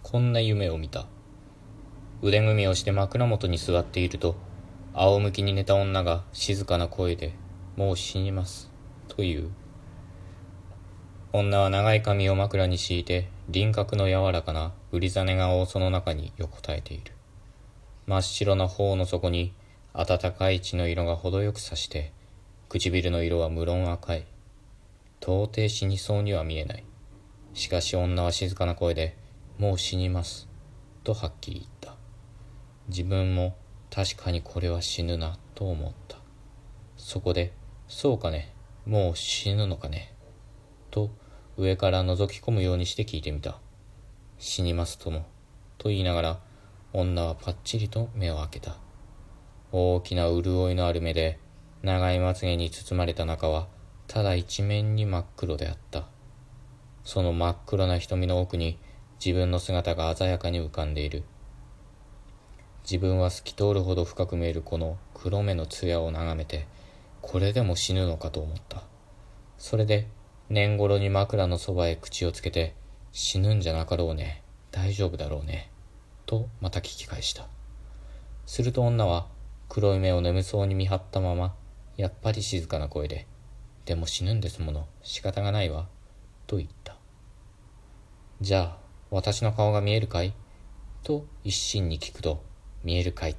こんな夢を見た。腕組みをして枕元に座っていると、仰向きに寝た女が静かな声で、もう死にます、という。女は長い髪を枕に敷いて、輪郭の柔らかなうりざね顔をその中に横たえている。真っ白な頬の底に、暖かい血の色が程よくさして、唇の色は無論赤い。到底死にそうには見えない。しかし女は静かな声で、もう死にます、とはっきり言った。自分も確かにこれは死ぬなと思った。そこで、そうかね、もう死ぬのかね、と上から覗き込むようにして聞いてみた。死にますとも、と言いながら、女はパッチリと目を開けた。大きな潤いのある目で、長いまつげに包まれた中は、ただ一面に真っ黒であった。その真っ黒な瞳の奥に、自分の姿が鮮やかに浮かんでいる。自分は透き通るほど深く見えるこの黒目の艶を眺めて、これでも死ぬのかと思った。それで、年頃に枕のそばへ口をつけて、死ぬんじゃなかろうね、大丈夫だろうね、とまた聞き返した。すると女は、黒い目を眠そうに見張ったまま、やっぱり静かな声で、でも死ぬんですもの、仕方がないわ、と言った。じゃあ、私の顔が見えるかいと一心に聞くと、見えるかいって、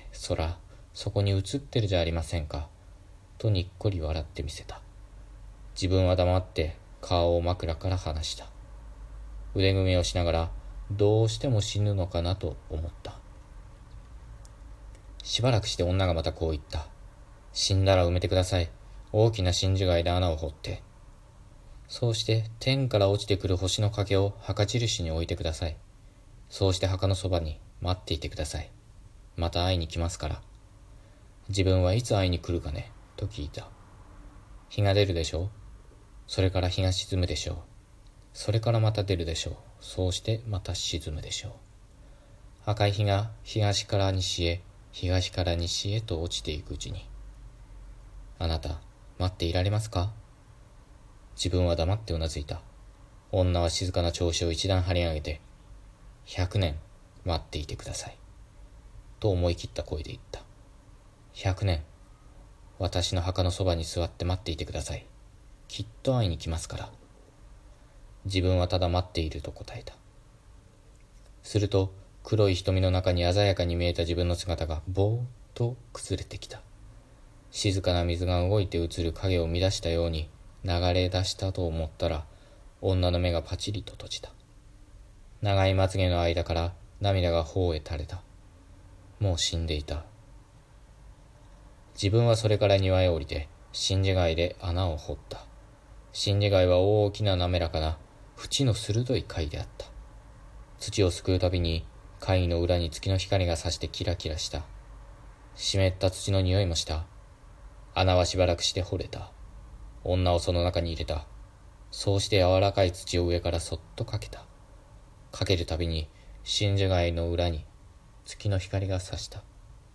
そこに映ってるじゃありませんか、とにっこり笑ってみせた。自分は黙って顔を枕から離した。腕組みをしながら、どうしても死ぬのかなと思った。しばらくして女がまたこう言った。死んだら埋めてください。大きな真珠貝で穴を掘って。そうして天から落ちてくる星の欠を墓印に置いてください。そうして墓のそばに待っていてください。また会いに来ますから。自分はいつ会いに来るかね、と聞いた。日が出るでしょう。それから日が沈むでしょう。それからまた出るでしょう。そうしてまた沈むでしょう。赤い日が東から西へ、東から西へと落ちていくうちに。あなた、待っていられますか？自分は黙ってうなずいた。女は静かな調子を一段張り上げて、100年待っていてください。と思い切った声で言った。100年、私の墓のそばに座って待っていてください。きっと会いに来ますから。自分はただ待っていると答えた。すると、黒い瞳の中に鮮やかに見えた自分の姿がぼーっと崩れてきた。静かな水が動いて映る影を乱したように流れ出したと思ったら、女の目がパチリと閉じた。長いまつげの間から涙が頬へ垂れた。もう死んでいた。自分はそれから庭へ降りて、真珠貝で穴を掘った。真珠貝は大きな滑らかな、縁の鋭い貝であった。土をすくうたびに、貝の裏に月の光が差してキラキラした。湿った土の匂いもした。穴はしばらくして掘れた。女をその中に入れた。そうして柔らかい土を上からそっとかけた。かけるたびに真珠貝の裏に月の光が差した。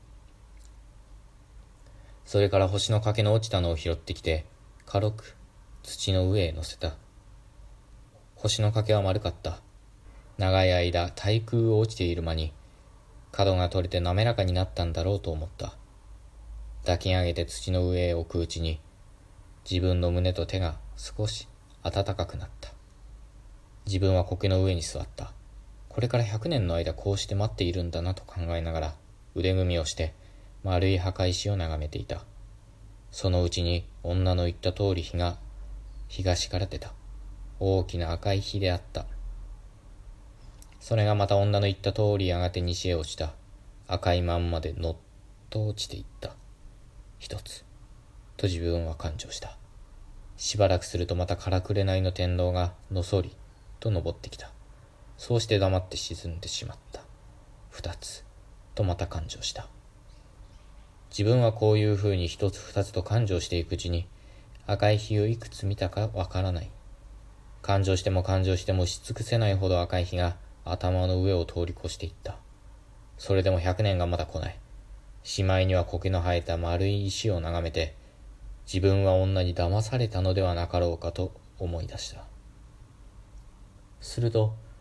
それから星の欠けの落ちたのを拾ってきて、軽く土の上へ乗せた。星の欠けは丸かった。長い間対空を落ちている間に、角が取れて滑らかになったんだろうと思った。抱き上げて土の上へ置くうちに、自分の胸と手が少し暖かくなった。自分は苔の上に座った。これから100年の間こうして待っているんだなと考えながら、腕組みをして丸い墓石を眺めていた。そのうちに女の言った通り日が東から出た。大きな赤い火であった。それがまた女の言った通りやがて西へ落ちた。赤いまんまでのっと落ちていった。一つ、と自分は感情した。しばらくするとまたからくれないの天道がのそりと登ってきた。そうして黙って沈んでしまった。二つ、とまた感情した。自分はこういうふうに一つ二つと感情していくうちに、赤い火をいくつ見たかわからない。感情しても感情してもし尽くせないほど赤い火が頭の上を通り越していった。それでも100年がまだ来ない。しまいには苔の生えた丸い石を眺めて、自分は女に騙されたのではなかろうかと思い出した。すると、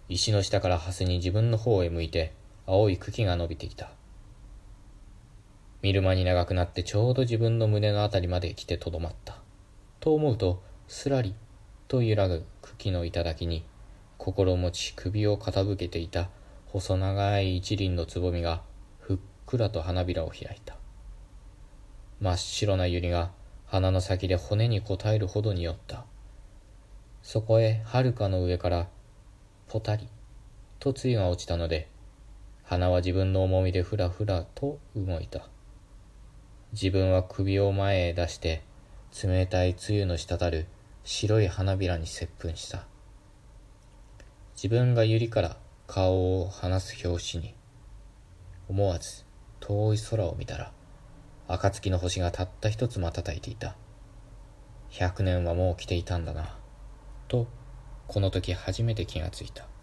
石の下から蓮に自分の方へ向いて青い茎が伸びてきた。見る間に長くなってちょうど自分の胸のあたりまで来てとどまった。と思うと、すらりと揺らぐ茎の頂に、心持ち首を傾けていた細長い一輪のつぼみがふっくらと花びらを開いた。真っ白な百合が花の先で骨に応えるほどに寄った。そこへはるかの上からポタリと露が落ちたので、花は自分の重みでふらふらと動いた。自分は首を前へ出して冷たい露の滴る白い花びらに接吻した。自分が百合から顔を離す拍子に、思わず遠い空を見たら、暁の星がたった一つ瞬いていた。100年はもう来ていたんだな、とこの時初めて気がついた。